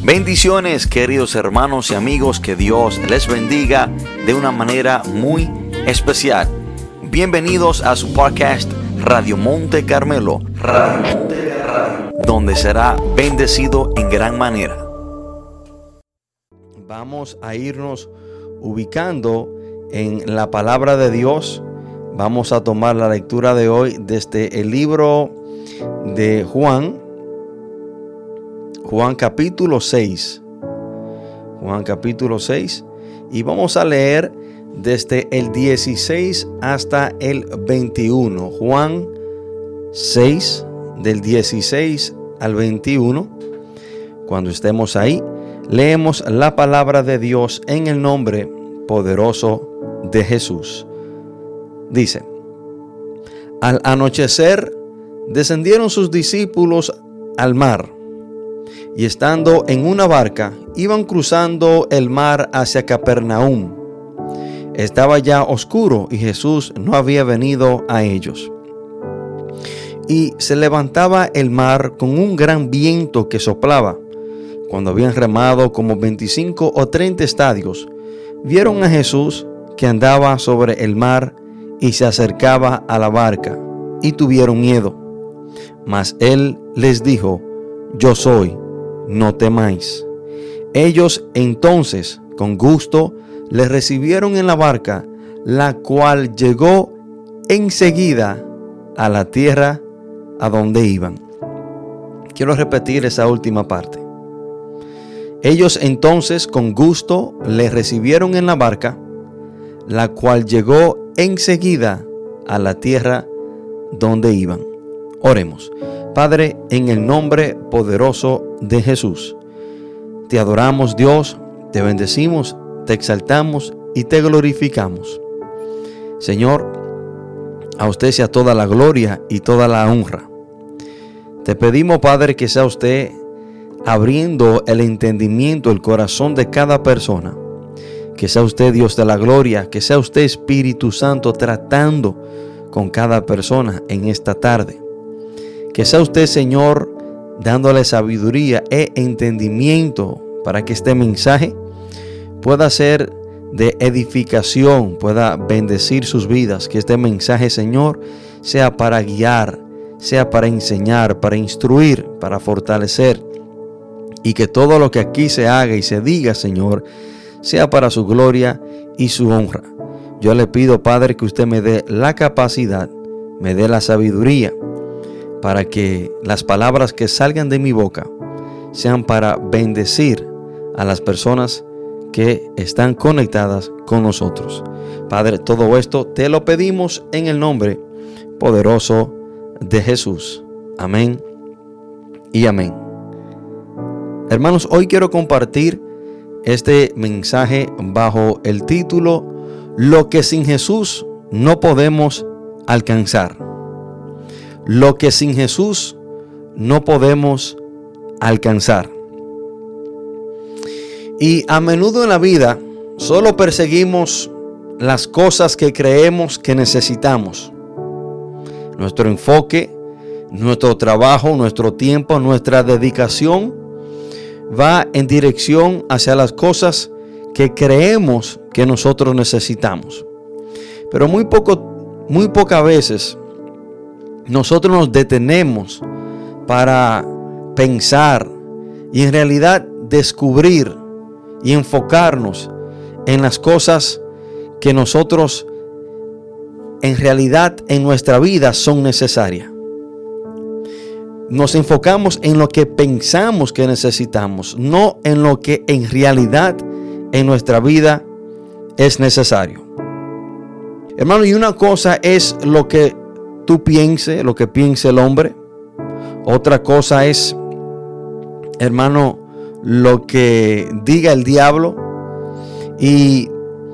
Bendiciones, queridos hermanos y amigos, que Dios les bendiga de una manera muy especial. Bienvenidos a su podcast Radio Monte Carmelo, donde será bendecido en gran manera. Vamos a irnos ubicando en la palabra de Dios. Vamos a tomar la lectura de hoy desde el libro de Juan capítulo 6. Juan capítulo 6. Y vamos a leer desde el 16 hasta el 21. Juan 6, del 16 al 21. Cuando estemos ahí, leemos la palabra de Dios en el nombre poderoso de Jesús. Dice: al anochecer descendieron sus discípulos al mar, y estando en una barca, iban cruzando el mar hacia Capernaum. Estaba ya oscuro y Jesús no había venido a ellos. Y se levantaba el mar con un gran viento que soplaba. Cuando habían remado como 25 o 30 estadios, vieron a Jesús que andaba sobre el mar y se acercaba a la barca, y tuvieron miedo. Mas él les dijo: yo soy, no temáis. Ellos entonces con gusto le recibieron en la barca, la cual llegó enseguida a la tierra a donde iban. Quiero repetir esa última parte. Ellos entonces con gusto le recibieron en la barca, la cual llegó enseguida a la tierra donde iban. Oremos. Padre, en el nombre poderoso de Jesús, te adoramos, Dios, te bendecimos, te exaltamos y te glorificamos. Señor, a usted sea toda la gloria y toda la honra. Te pedimos, Padre, que sea usted abriendo el entendimiento, el corazón de cada persona. Que sea usted, Dios de la gloria, que sea usted, Espíritu Santo, tratando con cada persona en esta tarde. Que sea usted, Señor, dándole sabiduría e entendimiento para que este mensaje pueda ser de edificación, pueda bendecir sus vidas. Que este mensaje, Señor, sea para guiar, sea para enseñar, para instruir, para fortalecer. Y que todo lo que aquí se haga y se diga, Señor, sea para su gloria y su honra. Yo le pido, Padre, que usted me dé la capacidad, me dé la sabiduría, para que las palabras que salgan de mi boca sean para bendecir a las personas que están conectadas con nosotros. Padre, todo esto te lo pedimos en el nombre poderoso de Jesús. Amén y amén. Hermanos, hoy quiero compartir este mensaje bajo el título: Lo que sin Jesús no podemos alcanzar. Lo que sin Jesús no podemos alcanzar. Y a menudo en la vida solo perseguimos las cosas que creemos que necesitamos. Nuestro enfoque, nuestro trabajo, nuestro tiempo, nuestra dedicación va en dirección hacia las cosas que creemos que nosotros necesitamos. Pero muy pocas veces nosotros nos detenemos para pensar y en realidad descubrir y enfocarnos en las cosas que nosotros en realidad en nuestra vida son necesarias. Nos enfocamos en lo que pensamos que necesitamos, no en lo que en realidad en nuestra vida es necesario. Hermano, y una cosa es lo que tú pienses, lo que piense el hombre. Otra cosa es, hermano, lo que diga el diablo. Y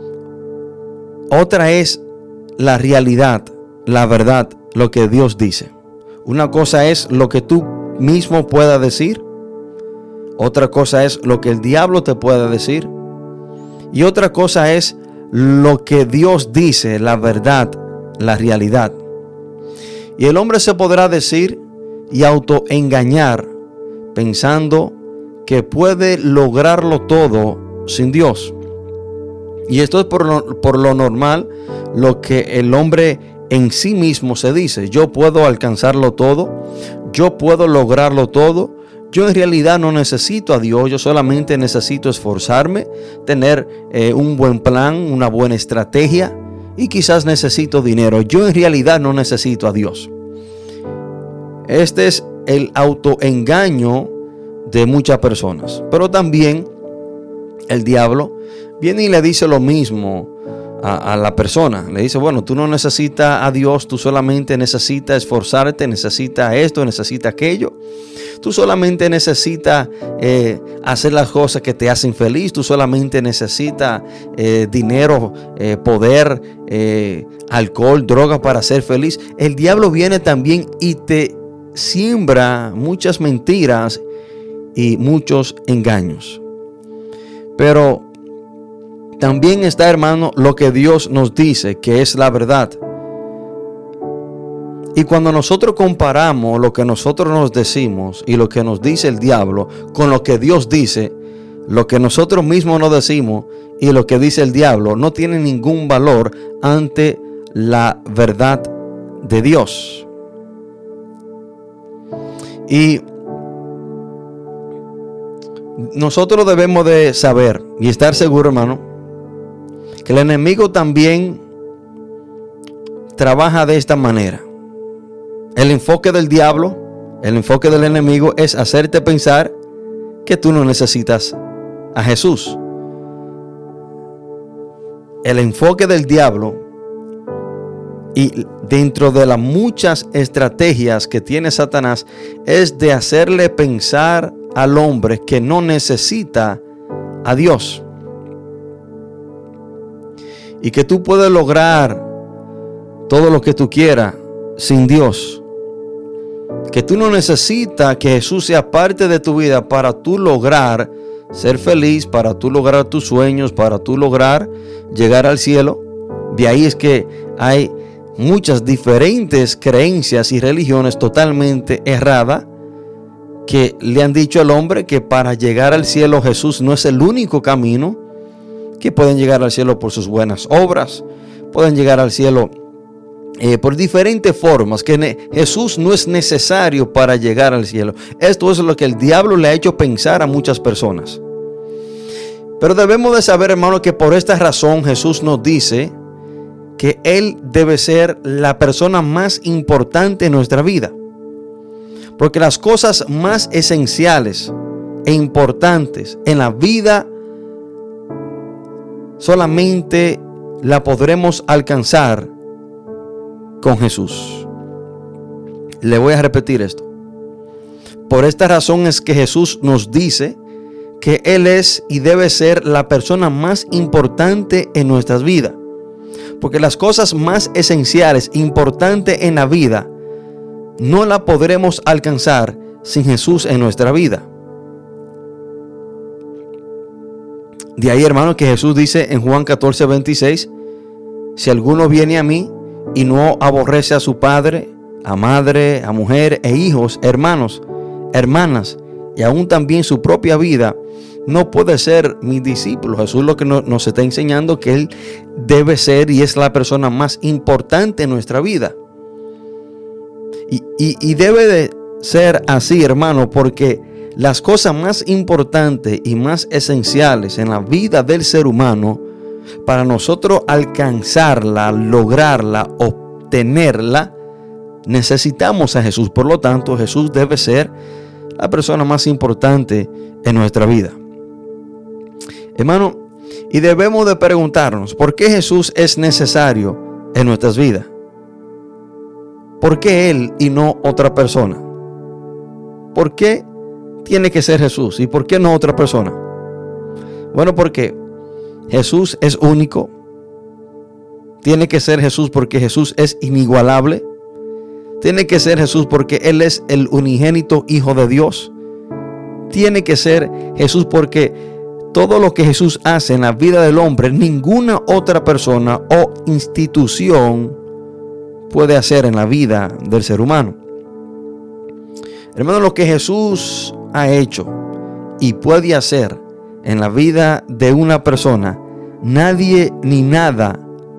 otra es la realidad, la verdad, lo que Dios dice. Una cosa es lo que tú mismo puedas decir. Otra cosa es lo que el diablo te pueda decir. Y otra cosa es lo que Dios dice, la verdad, la realidad. Y el hombre se podrá decir y autoengañar pensando que puede lograrlo todo sin Dios. Y esto es por lo normal lo que el hombre en sí mismo se dice: yo puedo alcanzarlo todo, yo puedo lograrlo todo, yo en realidad no necesito a Dios, yo solamente necesito esforzarme, tener un buen plan, una buena estrategia, y quizás necesito dinero. Yo en realidad no necesito a Dios. Este es el autoengaño de muchas personas. Pero también el diablo viene y le dice lo mismo a la persona. Le dice: bueno, tú no necesitas a Dios, tú solamente necesitas esforzarte, necesitas esto, necesitas aquello. Tú solamente necesitas hacer las cosas que te hacen feliz. Tú solamente necesitas dinero, poder, alcohol, droga para ser feliz. El diablo viene también y te siembra muchas mentiras y muchos engaños. Pero también está, hermano, lo que Dios nos dice, que es la verdad. Y cuando nosotros comparamos lo que nosotros nos decimos y lo que nos dice el diablo con lo que Dios dice, lo que nosotros mismos nos decimos y lo que dice el diablo no tiene ningún valor ante la verdad de Dios. Y nosotros debemos de saber y estar seguros, hermano, que el enemigo también trabaja de esta manera. El enfoque del diablo, el enfoque del enemigo es hacerte pensar que tú no necesitas a Jesús. El enfoque del diablo, y dentro de las muchas estrategias que tiene Satanás, es de hacerle pensar al hombre que no necesita a Dios. Y que tú puedes lograr todo lo que tú quieras sin Dios. Que tú no necesitas que Jesús sea parte de tu vida para tú lograr ser feliz, para tú lograr tus sueños, para tú lograr llegar al cielo. De ahí es que hay muchas diferentes creencias y religiones totalmente erradas que le han dicho al hombre que para llegar al cielo Jesús no es el único camino, que pueden llegar al cielo por sus buenas obras, pueden llegar al cielo por diferentes formas, que Jesús no es necesario para llegar al cielo. Esto es lo que el diablo le ha hecho pensar a muchas personas. Pero debemos de saber, hermano, que por esta razón Jesús nos dice que Él debe ser la persona más importante en nuestra vida. Porque las cosas más esenciales e importantes en la vida solamente la podremos alcanzar con Jesús. Le voy a repetir esto. Por esta razón es que Jesús nos dice que Él es y debe ser la persona más importante en nuestras vidas. Porque las cosas más esenciales, importantes en la vida, no la podremos alcanzar sin Jesús en nuestra vida. De ahí, hermano, que Jesús dice en Juan 14:26, si alguno viene a mí y no aborrece a su padre, a madre, a mujer e hijos, hermanos, hermanas, y aún también su propia vida, no puede ser mi discípulo. Jesús lo que nos está enseñando que Él debe ser y es la persona más importante en nuestra vida. Y debe de ser así, hermano, porque las cosas más importantes y más esenciales en la vida del ser humano, para nosotros alcanzarla, lograrla, obtenerla, necesitamos a Jesús. Por lo tanto, Jesús debe ser la persona más importante en nuestra vida. Hermano, y debemos de preguntarnos, ¿por qué Jesús es necesario en nuestras vidas? ¿Por qué Él y no otra persona? ¿Por qué tiene que ser Jesús y por qué no otra persona? Bueno, porque Jesús es único. Tiene que ser Jesús porque Jesús es inigualable. Tiene que ser Jesús porque Él es el unigénito Hijo de Dios. Tiene que ser Jesús porque todo lo que Jesús hace en la vida del hombre, ninguna otra persona o institución puede hacer en la vida del ser humano. Hermano, lo que Jesús ha hecho y puede hacer en la vida de una persona, nadie ni nada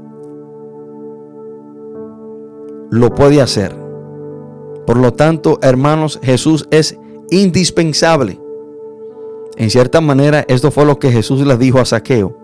lo puede hacer. Por lo tanto, hermanos, Jesús es indispensable. En cierta manera, esto fue lo que Jesús le dijo a Zaqueo.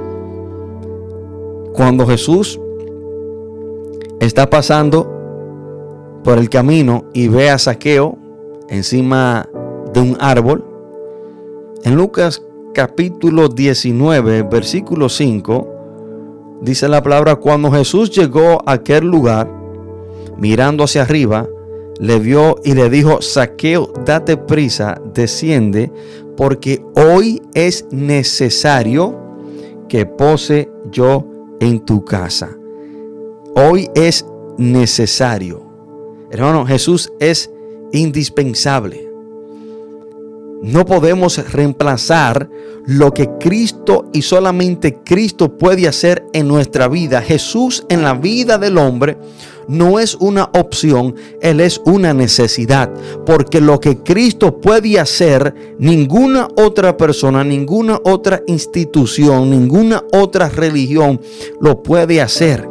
Cuando Jesús está pasando por el camino y ve a Zaqueo encima de un árbol, en Lucas capítulo 19, versículo 5, dice la palabra: cuando Jesús llegó a aquel lugar, mirando hacia arriba, le vio y le dijo: Zaqueo, date prisa, desciende, porque hoy es necesario que pose yo en tu casa. Hoy es necesario. Hermano, Jesús es indispensable. No podemos reemplazar lo que Cristo y solamente Cristo puede hacer en nuestra vida. Jesús en la vida del hombre no es una opción, Él es una necesidad. Porque lo que Cristo puede hacer, ninguna otra persona, ninguna otra institución, ninguna otra religión lo puede hacer.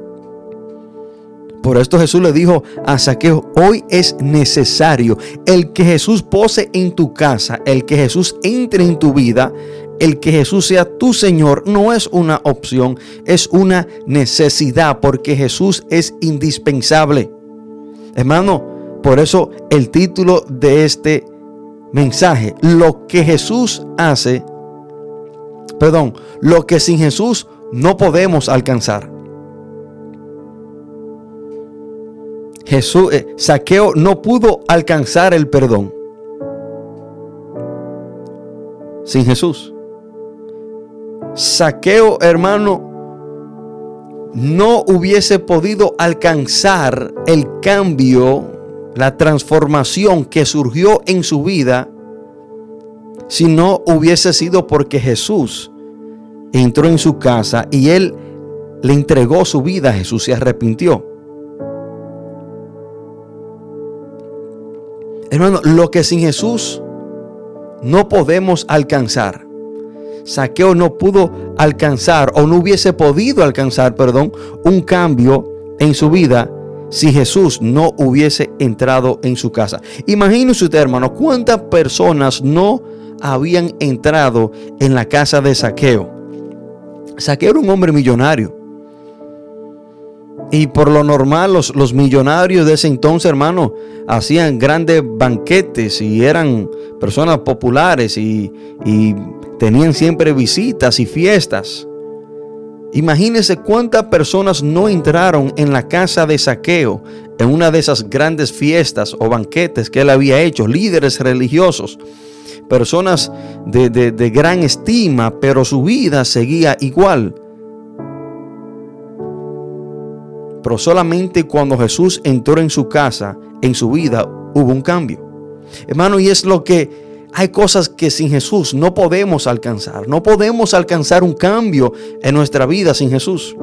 Por esto Jesús le dijo a Zaqueo: hoy es necesario el que Jesús pose en tu casa, el que Jesús entre en tu vida, el que Jesús sea tu Señor. No es una opción, es una necesidad, porque Jesús es indispensable. Hermano, por eso el título de este mensaje: lo que Jesús hace, lo que sin Jesús no podemos alcanzar. Zaqueo no pudo alcanzar el perdón sin Jesús. Zaqueo, hermano, no hubiese podido alcanzar el cambio, la transformación que surgió en su vida, si no hubiese sido porque Jesús entró en su casa y él le entregó su vida a Jesús, se arrepintió. Hermano, lo que sin Jesús no podemos alcanzar. Zaqueo no pudo alcanzar, o no hubiese podido alcanzar, un cambio en su vida si Jesús no hubiese entrado en su casa. Imagínese usted, hermano, cuántas personas no habían entrado en la casa de Zaqueo. Zaqueo era un hombre millonario. Y por lo normal los millonarios de ese entonces, hermano, hacían grandes banquetes y eran personas populares y tenían siempre visitas y fiestas. Imagínense cuántas personas no entraron en la casa de Zaqueo en una de esas grandes fiestas o banquetes que él había hecho. Líderes religiosos, personas de gran estima, pero su vida seguía igual. Pero solamente cuando Jesús entró en su casa, en su vida, hubo un cambio. Hermano, y es lo que hay cosas que sin Jesús no podemos alcanzar. No podemos alcanzar un cambio en nuestra vida sin Jesús.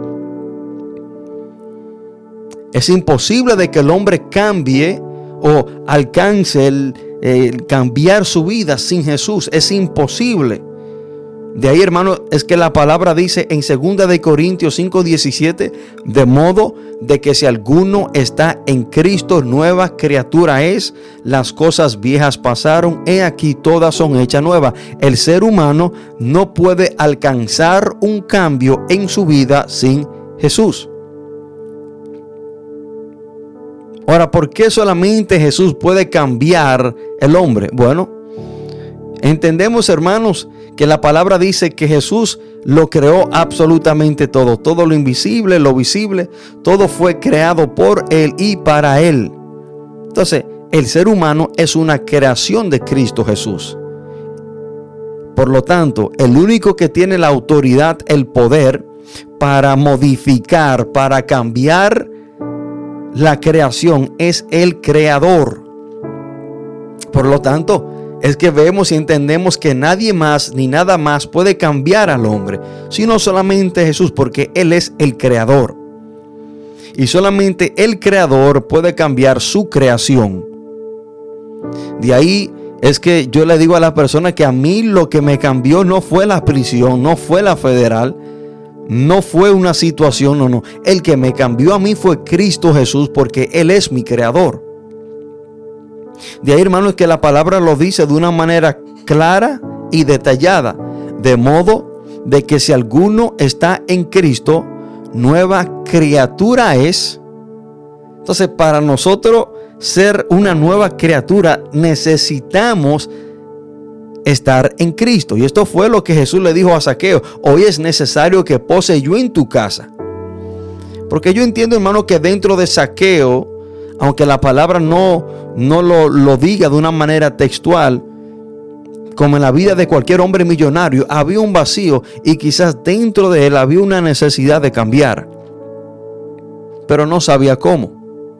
Es imposible de que el hombre cambie o alcance el cambiar su vida sin Jesús. Es imposible. De ahí, hermano, es que la palabra dice en 2 de Corintios 5:17, de modo de que si alguno está en Cristo, nueva criatura es, las cosas viejas pasaron, he aquí todas son hechas nuevas. El ser humano no puede alcanzar un cambio en su vida sin Jesús. Ahora, ¿por qué solamente Jesús puede cambiar el hombre? Bueno, entendemos, hermanos, que la palabra dice que Jesús lo creó absolutamente todo. Todo lo invisible, lo visible, todo fue creado por Él y para Él. Entonces, el ser humano es una creación de Cristo Jesús. Por lo tanto, el único que tiene la autoridad, el poder para modificar, para cambiar la creación es el Creador. Por lo tanto, es que vemos y entendemos que nadie más ni nada más puede cambiar al hombre, sino solamente Jesús, porque Él es el Creador. Y solamente el Creador puede cambiar su creación. De ahí es que yo le digo a la persona que a mí lo que me cambió no fue la prisión, no fue la federal, no fue una situación, no. El que me cambió a mí fue Cristo Jesús, porque Él es mi creador. De ahí, hermanos, que la palabra lo dice de una manera clara y detallada, de modo de que si alguno está en Cristo, nueva criatura es. Entonces, para nosotros ser una nueva criatura, necesitamos estar en Cristo. Y esto fue lo que Jesús le dijo a Zaqueo: hoy es necesario que pose yo en tu casa. Porque yo entiendo, hermano, que dentro de Zaqueo, aunque la palabra no lo diga de una manera textual, como en la vida de cualquier hombre millonario, había un vacío y quizás dentro de él había una necesidad de cambiar, pero no sabía cómo.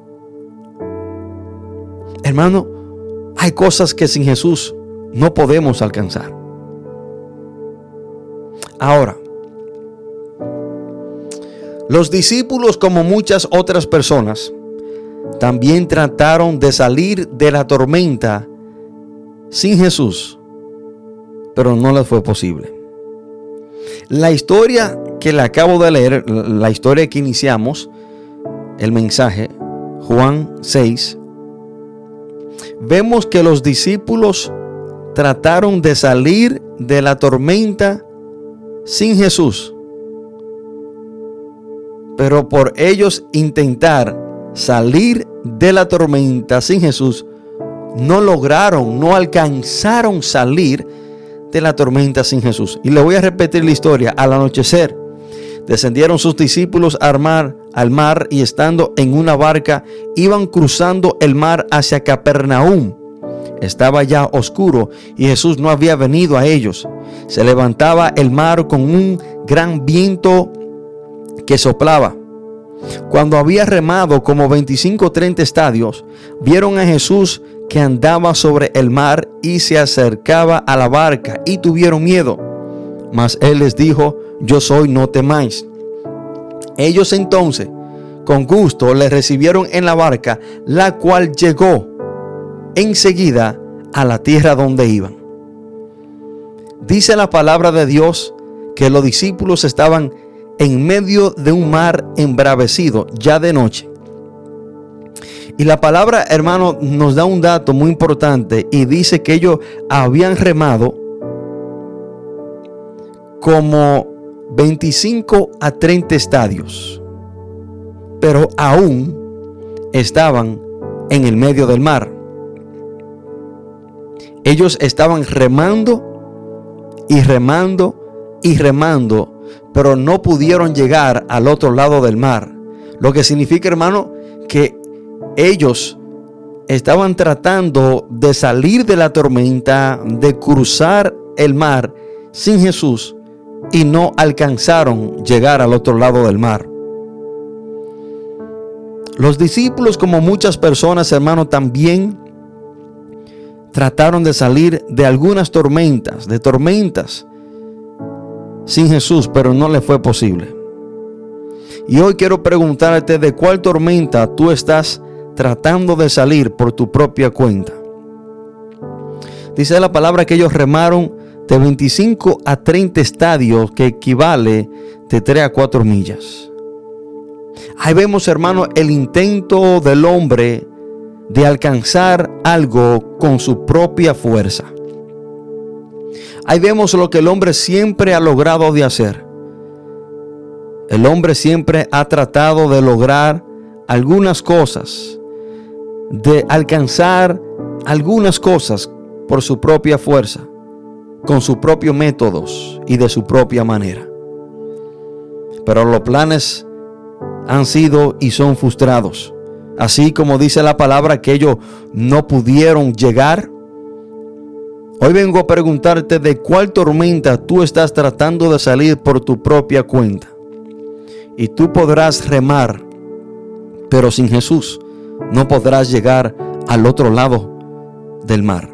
Hermano, hay cosas que sin Jesús no podemos alcanzar. Ahora, los discípulos, como muchas otras personas, también trataron de salir de la tormenta sin Jesús, pero no les fue posible. La historia que le acabo de leer, la historia que iniciamos el mensaje, Juan 6, vemos que los discípulos trataron de salir de la tormenta sin Jesús, pero por ellos intentar salir de la tormenta sin Jesús, no lograron, no alcanzaron salir de la tormenta sin Jesús. Y le voy a repetir la historia. Al anochecer, descendieron sus discípulos al mar y estando en una barca, iban cruzando el mar hacia Capernaum. Estaba ya oscuro y Jesús no había venido a ellos. Se levantaba el mar con un gran viento que soplaba. Cuando había remado como 25 o 30 estadios, vieron a Jesús que andaba sobre el mar y se acercaba a la barca y tuvieron miedo. Mas él les dijo: yo soy, no temáis. Ellos entonces con gusto le recibieron en la barca, la cual llegó enseguida a la tierra donde iban. Dice la palabra de Dios que los discípulos estaban en medio de un mar embravecido, ya de noche. Y la palabra, hermano, nos da un dato muy importante y dice que ellos habían remado como 25 a 30 estadios, pero aún estaban en el medio del mar. Ellos estaban remando y remando y remando, pero no pudieron llegar al otro lado del mar. Lo que significa, hermano, que ellos estaban tratando de salir de la tormenta, de cruzar el mar sin Jesús, y no alcanzaron llegar al otro lado del mar. Los discípulos, como muchas personas, hermano, también trataron de salir de algunas tormentas, sin Jesús, pero no les fue posible. Y hoy quiero preguntarte: ¿de cuál tormenta tú estás tratando de salir por tu propia cuenta? Dice la palabra que ellos remaron de 25 a 30 estadios, que equivale de 3 a 4 millas. Ahí vemos, hermano, el intento del hombre de alcanzar algo con su propia fuerza. Ahí vemos lo que el hombre siempre ha logrado de hacer. El hombre siempre ha tratado de lograr algunas cosas, de alcanzar algunas cosas por su propia fuerza, con sus propios métodos y de su propia manera. Pero los planes han sido y son frustrados. Así como dice la palabra que ellos no pudieron llegar. Hoy vengo a preguntarte: ¿de cuál tormenta tú estás tratando de salir por tu propia cuenta? Y tú podrás remar, pero sin Jesús no podrás llegar al otro lado del mar.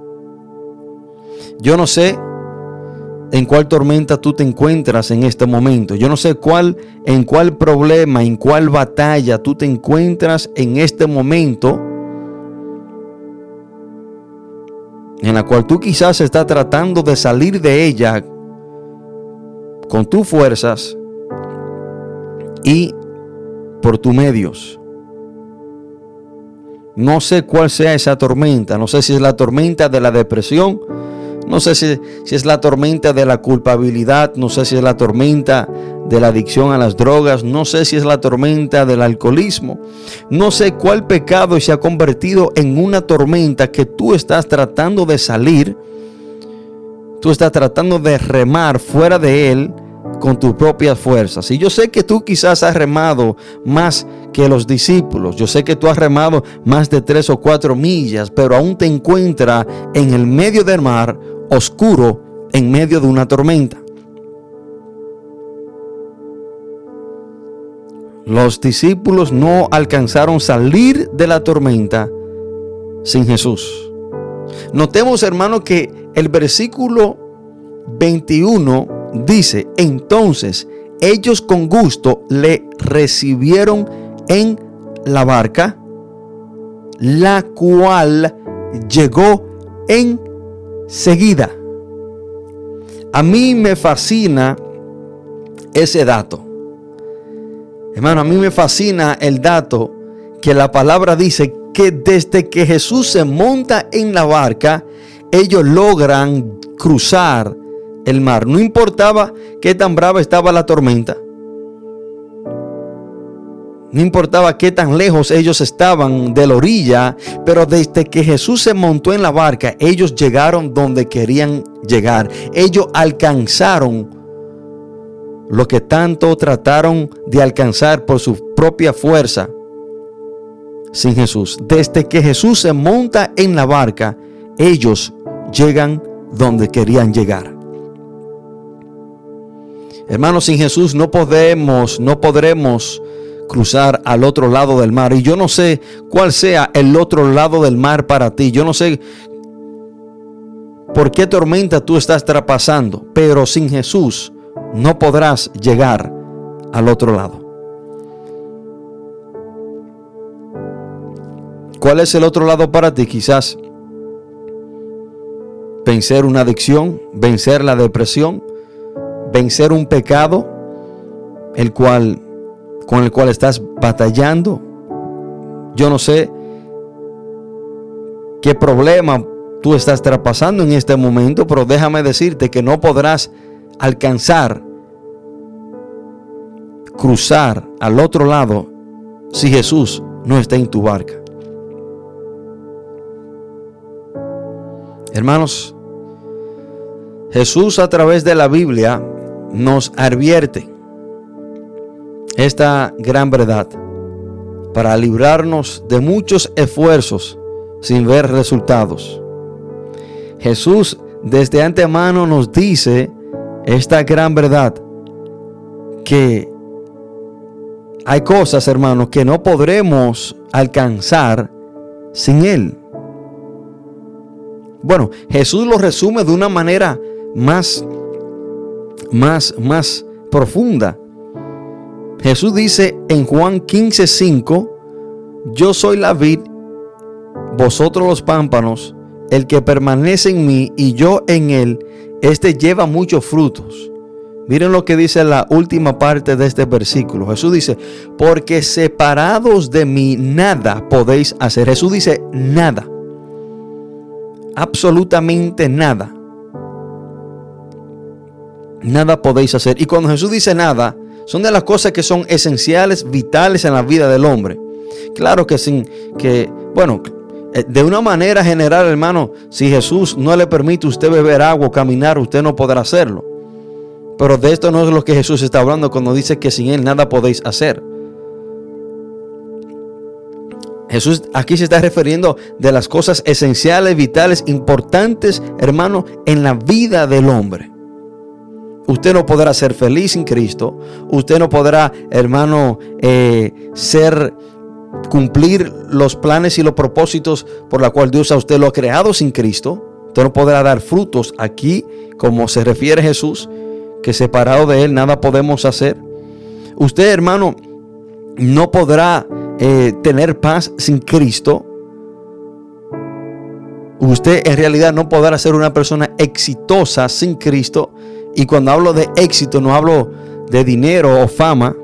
Yo no sé en cuál tormenta tú te encuentras en este momento. Yo no sé en cuál problema, en cuál batalla tú te encuentras en este momento. en la cual tú quizás estás tratando de salir de ella con tus fuerzas y por tus medios. No sé cuál sea esa tormenta. No sé si es la tormenta de la depresión. No sé si es la tormenta de la culpabilidad. No sé si es la tormenta de la adicción a las drogas. No sé si es la tormenta del alcoholismo. No sé cuál pecado se ha convertido en una tormenta que tú estás tratando de salir. Tú estás tratando de remar fuera de él con tus propias fuerzas. Y yo sé que tú quizás has remado más que los discípulos. Yo sé que tú has remado más de 3 o 4 millas, pero aún te encuentras en el medio del mar, oscuro, en medio de una tormenta. Los discípulos no alcanzaron salir de la tormenta sin Jesús. Notemos, hermano, que el versículo 21 dice: entonces ellos con gusto le recibieron en la barca, la cual llegó enseguida. A mí me fascina ese dato. Hermano, a mí me fascina el dato que la palabra dice que desde que Jesús se monta en la barca, ellos logran cruzar el mar. No importaba qué tan brava estaba la tormenta. No importaba qué tan lejos ellos estaban de la orilla, pero desde que Jesús se montó en la barca, ellos llegaron donde querían llegar. Ellos alcanzaron lo que tanto trataron de alcanzar por su propia fuerza sin Jesús. Desde que Jesús se monta en la barca, ellos llegan donde querían llegar. Hermanos, sin Jesús no podremos cruzar al otro lado del mar. Y yo no sé cuál sea el otro lado del mar para ti. Yo no sé por qué tormenta tú estás traspasando, pero sin Jesús no podrás llegar al otro lado. ¿Cuál es el otro lado para ti? Quizás vencer una adicción, vencer la depresión, vencer un pecado con el cual estás batallando. Yo no sé qué problema tú estás traspasando en este momento, pero déjame decirte que no podrás cruzar al otro lado si Jesús no está en tu barca. Hermanos, Jesús a través de la Biblia nos advierte esta gran verdad para librarnos de muchos esfuerzos sin ver resultados. Jesús desde antemano nos dice esta gran verdad, que hay cosas, hermanos, que no podremos alcanzar sin Él. Bueno, Jesús lo resume de una manera más profunda. Jesús dice en Juan 15:5: yo soy la vid, vosotros los pámpanos. El que permanece en mí y yo en él, este lleva muchos frutos. Miren lo que dice la última parte de este versículo. Jesús dice: porque separados de mí nada podéis hacer. Jesús dice nada. Absolutamente nada. Nada podéis hacer. Y cuando Jesús dice nada, son de las cosas que son esenciales, vitales en la vida del hombre. Claro que de una manera general, hermano, si Jesús no le permite a usted beber agua o caminar, usted no podrá hacerlo. Pero de esto no es lo que Jesús está hablando cuando dice que sin Él nada podéis hacer. Jesús aquí se está refiriendo de las cosas esenciales, vitales, importantes, hermano, en la vida del hombre. Usted no podrá ser feliz sin Cristo. Usted no podrá, hermano, cumplir los planes y los propósitos por la cual Dios a usted lo ha creado sin Cristo. Usted no podrá dar frutos aquí, como se refiere Jesús, que separado de Él nada podemos hacer. Usted, hermano, no podrá tener paz sin Cristo. Usted en realidad no podrá ser una persona exitosa sin Cristo. Y cuando hablo de éxito, no hablo de dinero o fama.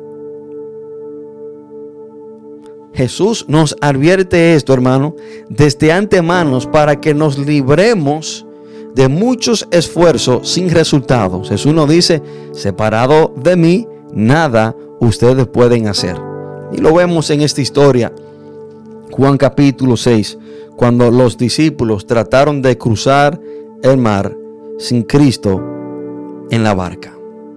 Jesús nos advierte esto, hermano, desde antemano para que nos libremos de muchos esfuerzos sin resultados. Jesús nos dice, separado de mí, nada ustedes pueden hacer. Y lo vemos en esta historia, Juan capítulo 6, cuando los discípulos trataron de cruzar el mar sin Cristo en la barca.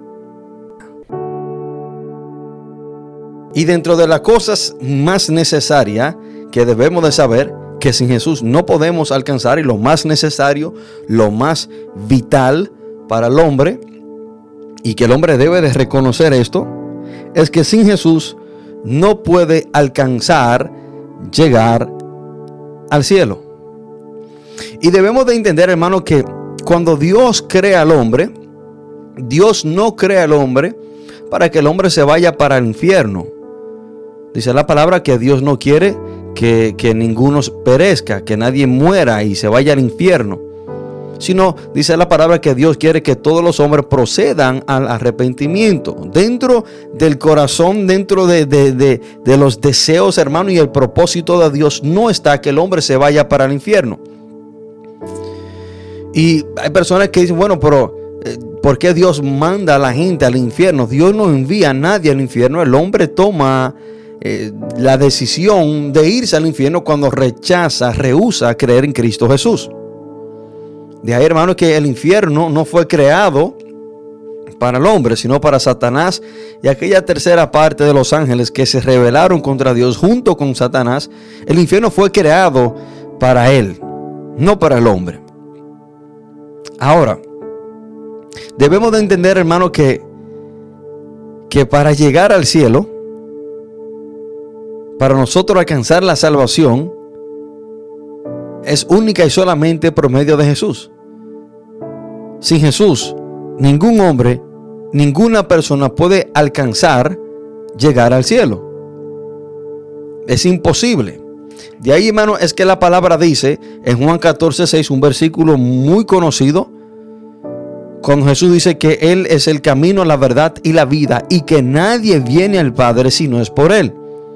Y dentro de las cosas más necesarias que debemos de saber, que sin Jesús no podemos alcanzar, y lo más necesario, lo más vital para el hombre, y que el hombre debe de reconocer esto, es que sin Jesús no puede alcanzar llegar al cielo. Y debemos de entender, hermano, que cuando Dios crea al hombre, Dios no crea al hombre para que el hombre se vaya para el infierno. Dice la palabra que Dios no quiere que ninguno perezca, que nadie muera y se vaya al infierno. Sino, dice la palabra que Dios quiere que todos los hombres procedan al arrepentimiento. Dentro del corazón, dentro de los deseos, hermano, y el propósito de Dios no está que el hombre se vaya para el infierno. Y hay personas que dicen, bueno, pero ¿por qué Dios manda a la gente al infierno? Dios no envía a nadie al infierno. El hombre toma la decisión de irse al infierno cuando rehúsa creer en Cristo Jesús. De ahí, hermano, que el infierno no fue creado para el hombre, sino para Satanás y aquella tercera parte de los ángeles que se rebelaron contra Dios junto con Satanás. El infierno fue creado para él, no para el hombre. Ahora, debemos de entender, hermano, que para llegar al cielo, para nosotros alcanzar la salvación, es única y solamente por medio de Jesús. Sin Jesús, ningún hombre, ninguna persona puede alcanzar llegar al cielo. Es imposible. De ahí, hermano, es que la palabra dice en Juan 14:6, un versículo muy conocido, cuando Jesús dice que Él es el camino, la verdad y la vida, y que nadie viene al Padre si no es por Él.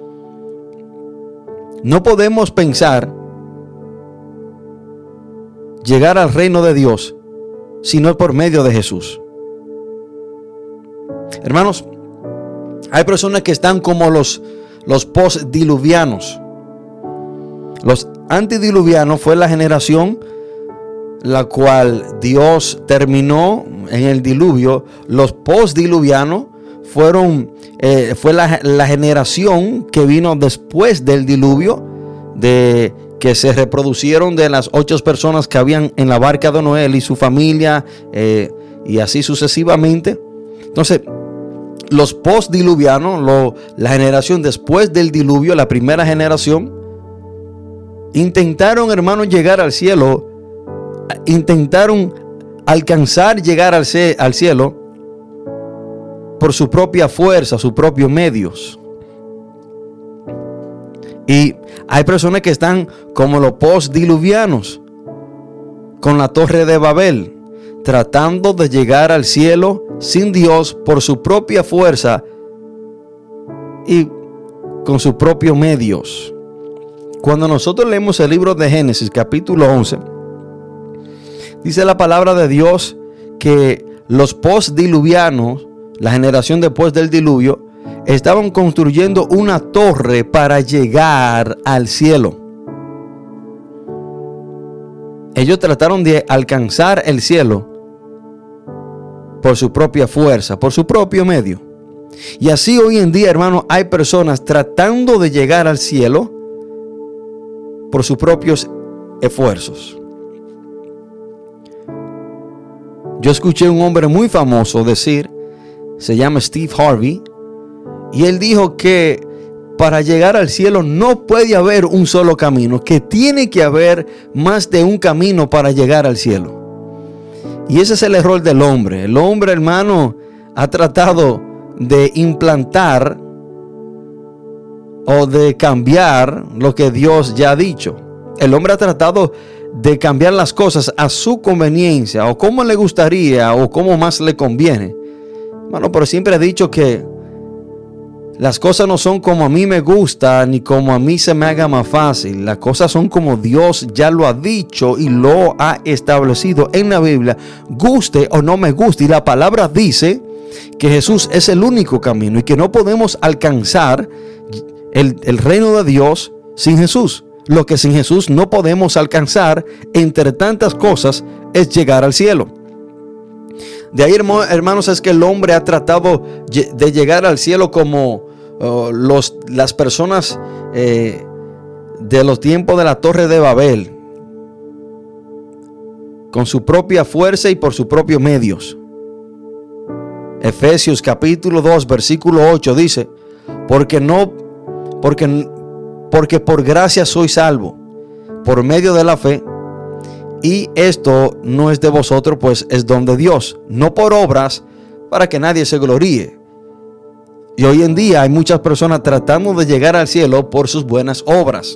No podemos pensar llegar al reino de Dios si no es por medio de Jesús. Hermanos, hay personas que están como los postdiluvianos. Los antediluvianos fue la generación la cual Dios terminó en el diluvio. Los postdiluvianos fue la generación que vino después del diluvio, de que se reproducieron de las 8 personas que habían en la barca de Noé y su familia, y así sucesivamente. Entonces, los postdiluvianos, la generación después del diluvio, la primera generación, intentaron, hermanos, llegar al cielo, intentaron alcanzar llegar al cielo por su propia fuerza, sus propios medios. Y hay personas que están como los postdiluvianos, con la torre de Babel, tratando de llegar al cielo sin Dios por su propia fuerza y con sus propios medios. Cuando nosotros leemos el libro de Génesis capítulo 11, dice la palabra de Dios que los postdiluvianos, la generación después del diluvio, estaban construyendo una torre para llegar al cielo. Ellos trataron de alcanzar el cielo por su propia fuerza, por su propio medio. Y así hoy en día, hermano, hay personas tratando de llegar al cielo por sus propios esfuerzos. Yo escuché a un hombre muy famoso decir, se llama Steve Harvey, y él dijo que para llegar al cielo no puede haber un solo camino, que tiene que haber más de un camino para llegar al cielo. Y ese es el error del hombre. El hombre, hermano, ha tratado de implantar o de cambiar lo que Dios ya ha dicho. El hombre ha tratado de cambiar las cosas a su conveniencia o como le gustaría o como más le conviene. Bueno, pero siempre he dicho que las cosas no son como a mí me gusta ni como a mí se me haga más fácil. Las cosas son como Dios ya lo ha dicho y lo ha establecido en la Biblia, guste o no me guste. Y la palabra dice que Jesús es el único camino y que no podemos alcanzar el reino de Dios sin Jesús. Lo que sin Jesús no podemos alcanzar, entre tantas cosas, es llegar al cielo. De ahí, hermanos, es que el hombre ha tratado de llegar al cielo como las personas de los tiempos de la Torre de Babel, con su propia fuerza y por sus propios medios. Efesios capítulo 2, versículo 8 dice: porque por gracia soy salvo, por medio de la fe, y esto no es de vosotros, pues es don de Dios, no por obras, para que nadie se gloríe. Y hoy en día hay muchas personas tratando de llegar al cielo por sus buenas obras.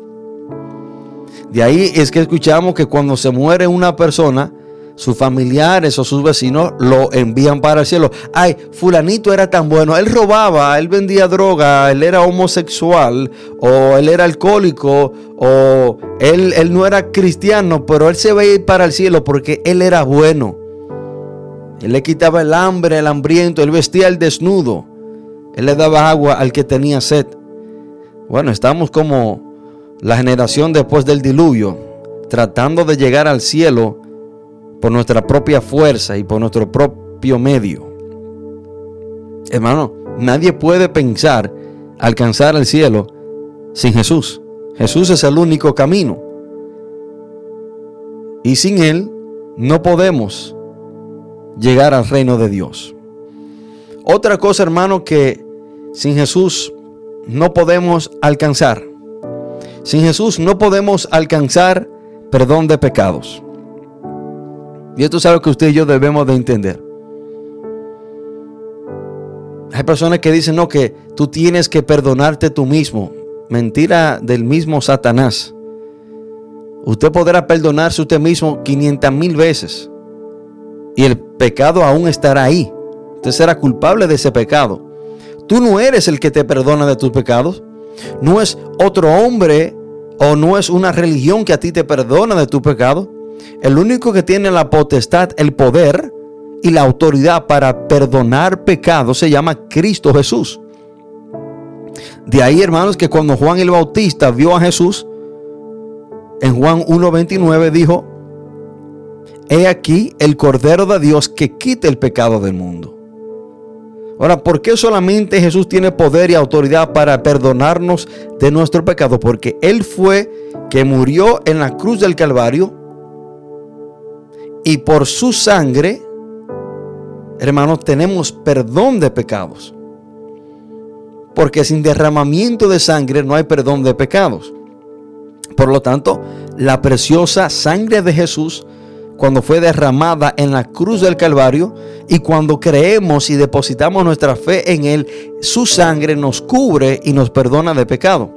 De ahí es que escuchamos que cuando se muere una persona, sus familiares o sus vecinos lo envían para el cielo. Ay, fulanito era tan bueno, él robaba, él vendía droga, él era homosexual, o él era alcohólico, o él no era cristiano, pero él se va a ir para el cielo porque él era bueno. Él le quitaba el hambre, el hambriento, él vestía al desnudo, él le daba agua al que tenía sed. Bueno, estamos como la generación después del diluvio, tratando de llegar al cielo por nuestra propia fuerza y por nuestro propio medio. Hermano, nadie puede pensar alcanzar el cielo sin Jesús. Jesús es el único camino. Y sin Él no podemos llegar al reino de Dios. Otra cosa, hermano, que sin Jesús no podemos alcanzar. Sin Jesús no podemos alcanzar perdón de pecados. Y esto es algo que usted y yo debemos de entender. Hay personas que dicen, no, que tú tienes que perdonarte tú mismo. Mentira del mismo Satanás. Usted podrá perdonarse usted mismo 500,000 veces. Y el pecado aún estará ahí. Usted será culpable de ese pecado. Tú no eres el que te perdona de tus pecados. No es otro hombre o no es una religión que a ti te perdona de tu pecado. El único que tiene la potestad, el poder y la autoridad para perdonar pecados se llama Cristo Jesús. De ahí, hermanos, que cuando Juan el Bautista vio a Jesús, en Juan 1:29 dijo: he aquí el Cordero de Dios que quita el pecado del mundo. Ahora, ¿por qué solamente Jesús tiene poder y autoridad para perdonarnos de nuestro pecado? Porque Él fue que murió en la cruz del Calvario. Y por su sangre, hermanos, tenemos perdón de pecados. Porque sin derramamiento de sangre no hay perdón de pecados. Por lo tanto, la preciosa sangre de Jesús, cuando fue derramada en la cruz del Calvario, y cuando creemos y depositamos nuestra fe en Él, su sangre nos cubre y nos perdona de pecado.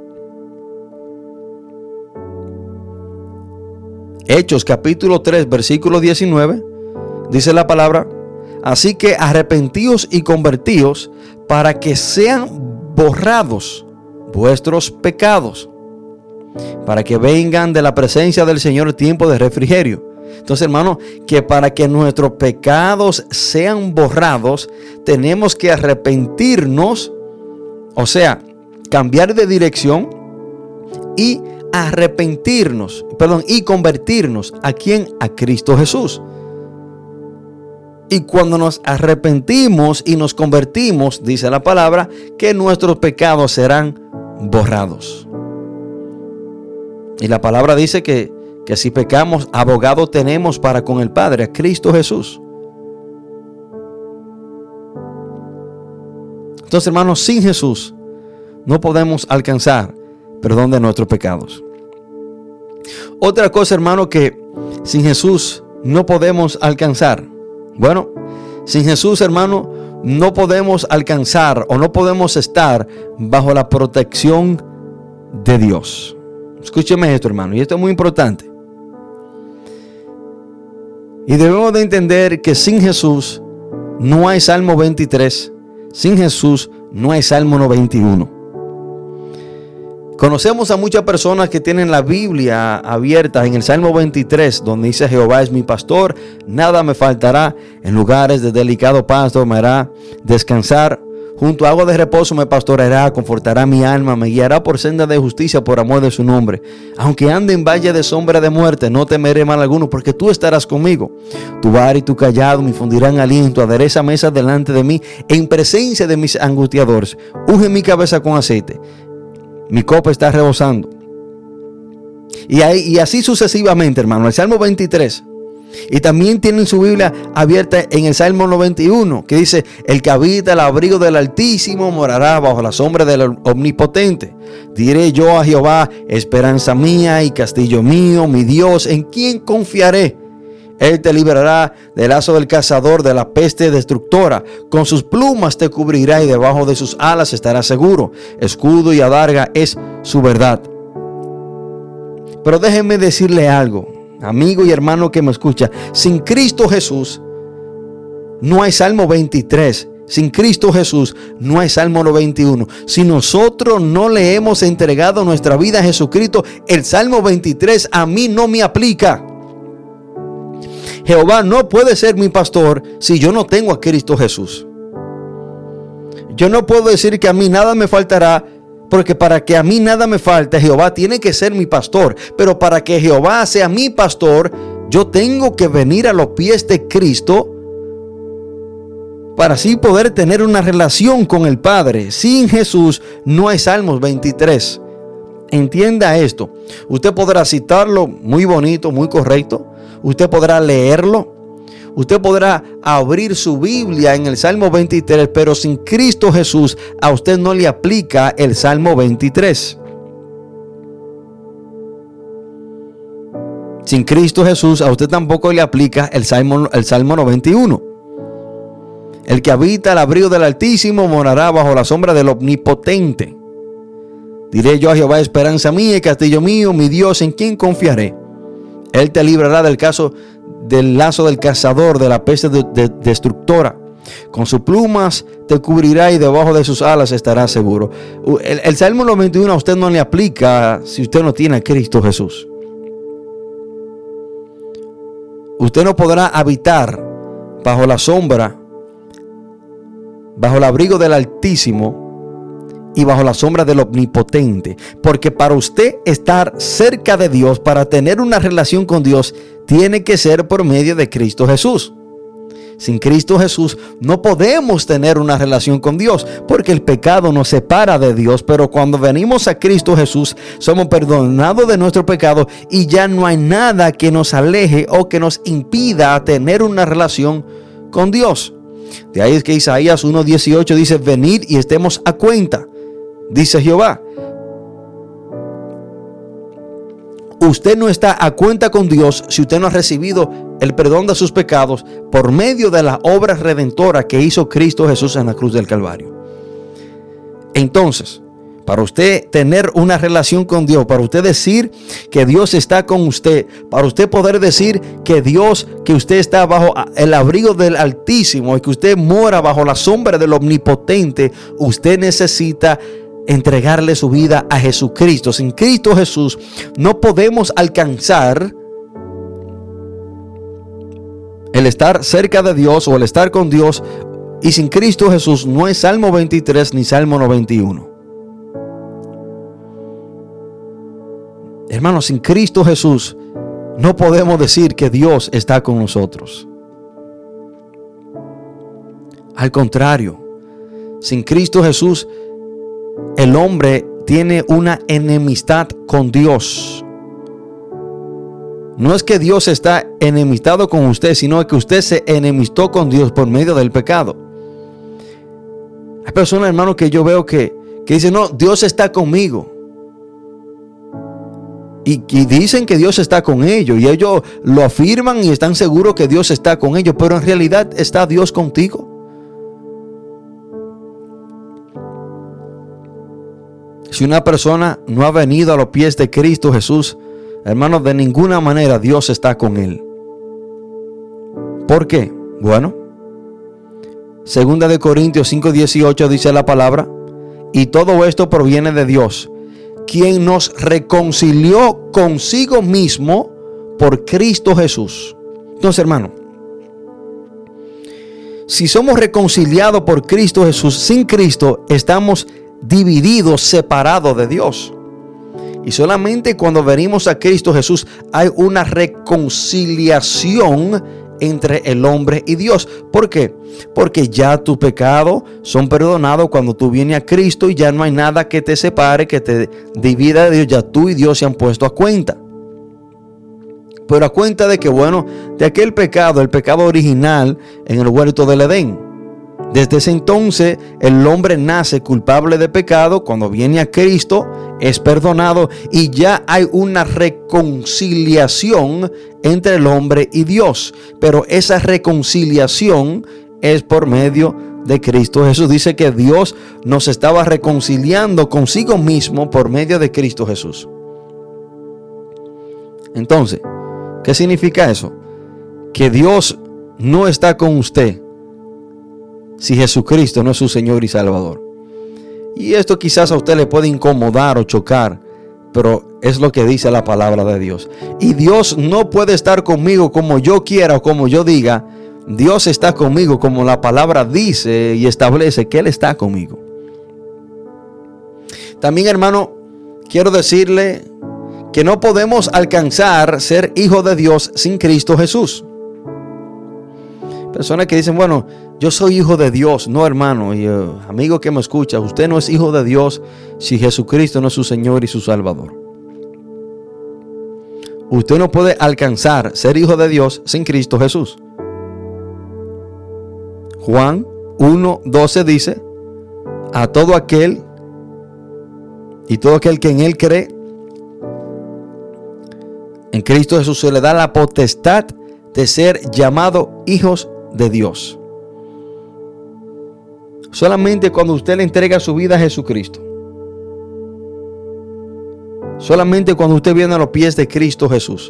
Hechos capítulo 3 versículo 19 dice la palabra: así que arrepentíos y convertíos para que sean borrados vuestros pecados, para que vengan de la presencia del Señor tiempo de refrigerio. Entonces, hermano, que para que nuestros pecados sean borrados, tenemos que arrepentirnos, o sea, cambiar de dirección y y convertirnos. ¿A quién? A Cristo Jesús. Y cuando nos arrepentimos y nos convertimos, dice la palabra, que nuestros pecados serán borrados. Y la palabra dice que si pecamos, abogado tenemos para con el Padre, a Cristo Jesús. Entonces, hermanos, sin Jesús no podemos alcanzar perdón de nuestros pecados. Otra cosa, hermano, que sin Jesús no podemos alcanzar. Bueno, sin Jesús, hermano, no podemos alcanzar o no podemos estar bajo la protección de Dios. Escúcheme esto, hermano, y esto es muy importante. Y debemos de entender que sin Jesús no hay Salmo 23, sin Jesús no hay Salmo 91. Conocemos a muchas personas que tienen la Biblia abierta en el Salmo 23, donde dice: Jehová es mi pastor, nada me faltará, en lugares de delicado pasto me hará descansar, junto a agua de reposo me pastoreará, confortará mi alma, me guiará por senda de justicia por amor de su nombre. Aunque ande en valle de sombra de muerte, no temeré mal alguno, porque tú estarás conmigo. Tu vara y tu callado me infundirán aliento, adereza mesa delante de mí, en presencia de mis angustiadores. Unge mi cabeza con aceite, mi copa está rebosando. Y así sucesivamente, hermano. El Salmo 23. Y también tienen su Biblia abierta en el Salmo 91, que dice: el que habita el abrigo del Altísimo morará bajo la sombra del Omnipotente. Diré yo a Jehová, esperanza mía y castillo mío, mi Dios, ¿en quién confiaré? Él te librará del lazo del cazador, de la peste destructora. Con sus plumas te cubrirá y debajo de sus alas estarás seguro. Escudo y adarga es su verdad. Pero déjenme decirle algo, amigo y hermano que me escucha. Sin Cristo Jesús no hay Salmo 23. Sin Cristo Jesús no hay Salmo 91. Si nosotros no le hemos entregado nuestra vida a Jesucristo, el Salmo 23 a mí no me aplica. Jehová no puede ser mi pastor si yo no tengo a Cristo Jesús. Yo no puedo decir que a mí nada me faltará, porque para que a mí nada me falte, Jehová tiene que ser mi pastor. Pero para que Jehová sea mi pastor, yo tengo que venir a los pies de Cristo para así poder tener una relación con el Padre. Sin Jesús no hay Salmos 23. Entienda esto. Usted podrá citarlo muy bonito, muy correcto. Usted podrá leerlo. Usted podrá abrir su Biblia en el Salmo 23, pero sin Cristo Jesús a usted no le aplica el Salmo 23. Sin Cristo Jesús a usted tampoco le aplica el Salmo 91. El que habita el abrigo del Altísimo morará bajo la sombra del Omnipotente. Diré yo a Jehová, esperanza mía y castillo mío, mi Dios, ¿en quién confiaré? Él te librará del lazo del cazador, de la peste destructora. Con sus plumas te cubrirá y debajo de sus alas estarás seguro. El Salmo 91 a usted no le aplica si usted no tiene a Cristo Jesús. Usted no podrá habitar bajo la sombra, bajo el abrigo del Altísimo y bajo la sombra del Omnipotente, porque para usted estar cerca de Dios, para tener una relación con Dios, tiene que ser por medio de Cristo Jesús. Sin Cristo Jesús no podemos tener una relación con Dios, porque el pecado nos separa de Dios. Pero cuando venimos a Cristo Jesús, somos perdonados de nuestro pecado y ya no hay nada que nos aleje o que nos impida tener una relación con Dios. De ahí es que Isaías 1:18 dice: venid y estemos a cuenta, dice Jehová. Usted no está a cuenta con Dios si usted no ha recibido el perdón de sus pecados por medio de la obra redentora que hizo Cristo Jesús en la cruz del Calvario. Entonces, para usted tener una relación con Dios, para usted decir que Dios está con usted, para usted poder decir que usted está bajo el abrigo del Altísimo y que usted mora bajo la sombra del Omnipotente, usted necesita entregarle su vida a Jesucristo. Sin Cristo Jesús no podemos alcanzar el estar cerca de Dios o el estar con Dios. Y sin Cristo Jesús no es Salmo 23 ni Salmo 91. Hermanos, sin Cristo Jesús no podemos decir que Dios está con nosotros. Al contrario, sin Cristo Jesús el hombre tiene una enemistad con Dios. No es que Dios está enemistado con usted, sino que usted se enemistó con Dios por medio del pecado. Hay personas, hermanos, que yo veo que dicen: no, Dios está conmigo. Y dicen que Dios está con ellos. Y ellos lo afirman y están seguros que Dios está con ellos. Pero en realidad, ¿está Dios contigo? Si una persona no ha venido a los pies de Cristo Jesús, hermanos, de ninguna manera Dios está con él. ¿Por qué? Bueno, 2 Corintios 5:18 dice la palabra: y todo esto proviene de Dios, quien nos reconcilió consigo mismo por Cristo Jesús. Entonces, hermano, si somos reconciliados por Cristo Jesús, sin Cristo estamos divididos, separados de Dios. Y solamente cuando venimos a Cristo Jesús hay una reconciliación entre el hombre y Dios. ¿Por qué? Porque ya tus pecados son perdonados cuando tú vienes a Cristo y ya no hay nada que te separe, que te divida de Dios. Ya tú y Dios se han puesto a cuenta. Pero a cuenta de que, bueno, de aquel pecado, el pecado original en el huerto del Edén. Desde ese entonces el hombre nace culpable de pecado. Cuando viene a Cristo es perdonado y ya hay una reconciliación entre el hombre y Dios. Pero esa reconciliación es por medio de Cristo Jesús. Dice que Dios nos estaba reconciliando consigo mismo por medio de Cristo Jesús. Entonces, ¿qué significa eso? Que Dios no está con usted si Jesucristo no es su Señor y Salvador. Y esto quizás a usted le puede incomodar o chocar, pero es lo que dice la palabra de Dios. Y Dios no puede estar conmigo como yo quiera o como yo diga. Dios está conmigo como la palabra dice y establece que Él está conmigo. También, hermano, quiero decirle que no podemos alcanzar ser hijo de Dios sin Cristo Jesús. Personas que dicen, bueno, yo soy hijo de Dios. No, hermano y amigo que me escucha, usted no es hijo de Dios si Jesucristo no es su Señor y su Salvador. Usted no puede alcanzar ser hijo de Dios sin Cristo Jesús. Juan 1:12 dice: a todo aquel y todo aquel que en Él cree, en Cristo Jesús se le da la potestad de ser llamado hijos de Dios. Solamente cuando usted le entrega su vida a Jesucristo. Solamente cuando usted viene a los pies de Cristo Jesús.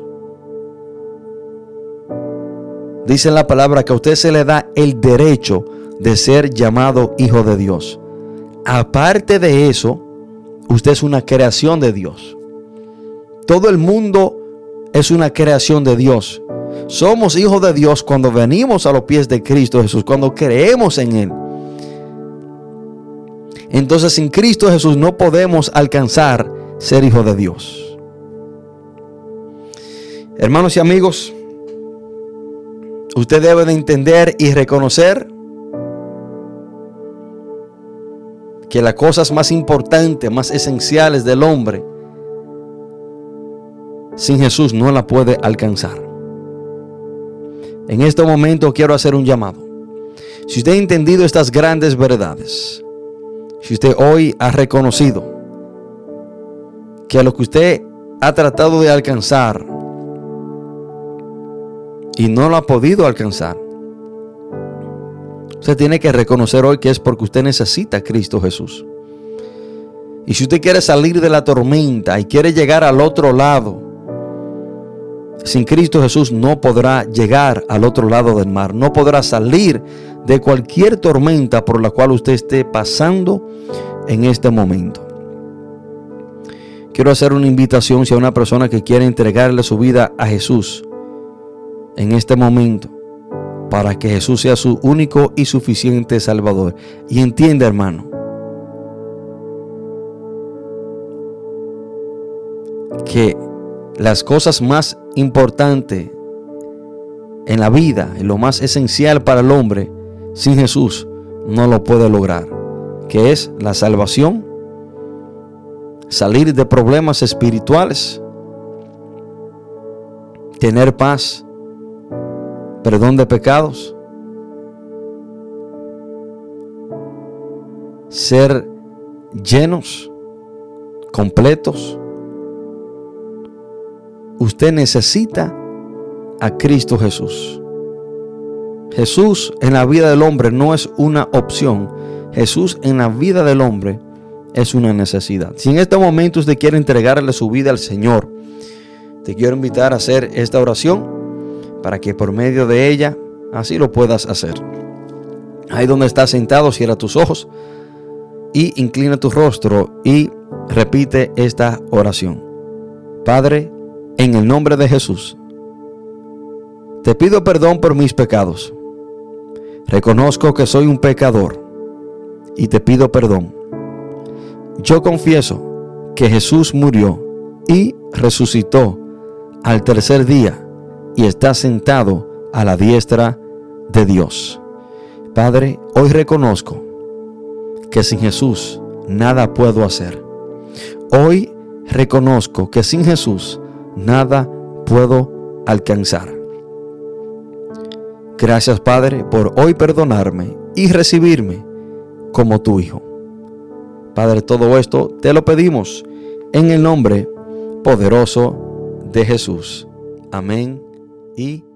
Dice la palabra que a usted se le da el derecho de ser llamado hijo de Dios. Aparte de eso, usted es una creación de Dios. Todo el mundo es una creación de Dios. Somos hijos de Dios cuando venimos a los pies de Cristo Jesús, cuando creemos en Él. Entonces, sin Cristo Jesús no podemos alcanzar ser hijos de Dios. Hermanos y amigos, usted debe de entender y reconocer que las cosas más importantes, más esenciales del hombre, sin Jesús no la puede alcanzar. En este momento quiero hacer un llamado. Si usted ha entendido estas grandes verdades, si usted hoy ha reconocido que lo que usted ha tratado de alcanzar y no lo ha podido alcanzar, usted tiene que reconocer hoy que es porque usted necesita a Cristo Jesús. Y si usted quiere salir de la tormenta y quiere llegar al otro lado, sin Cristo Jesús no podrá llegar al otro lado del mar. No podrá salir de cualquier tormenta por la cual usted esté pasando en este momento. Quiero hacer una invitación si a una persona que quiere entregarle su vida a Jesús en este momento, para que Jesús sea su único y suficiente Salvador. Y entienda, hermano, que las cosas más importantes en la vida, en lo más esencial para el hombre, sin Jesús no lo puede lograr, que es la salvación, salir de problemas espirituales, tener paz, perdón de pecados, ser llenos, completos. Usted necesita a Cristo Jesús. Jesús en la vida del hombre no es una opción. Jesús en la vida del hombre es una necesidad. Si en este momento usted quiere entregarle su vida al Señor, te quiero invitar a hacer esta oración para que por medio de ella así lo puedas hacer. Ahí donde estás sentado, cierra tus ojos y inclina tu rostro y repite esta oración. Padre, en el nombre de Jesús, te pido perdón por mis pecados. Reconozco que soy un pecador y te pido perdón. Yo confieso que Jesús murió y resucitó al tercer día y está sentado a la diestra de Dios. Padre, hoy reconozco que sin Jesús nada puedo hacer. Hoy reconozco que sin Jesús nada puedo alcanzar. Gracias, Padre, por hoy perdonarme y recibirme como tu Hijo. Padre, todo esto te lo pedimos en el nombre poderoso de Jesús. Amén y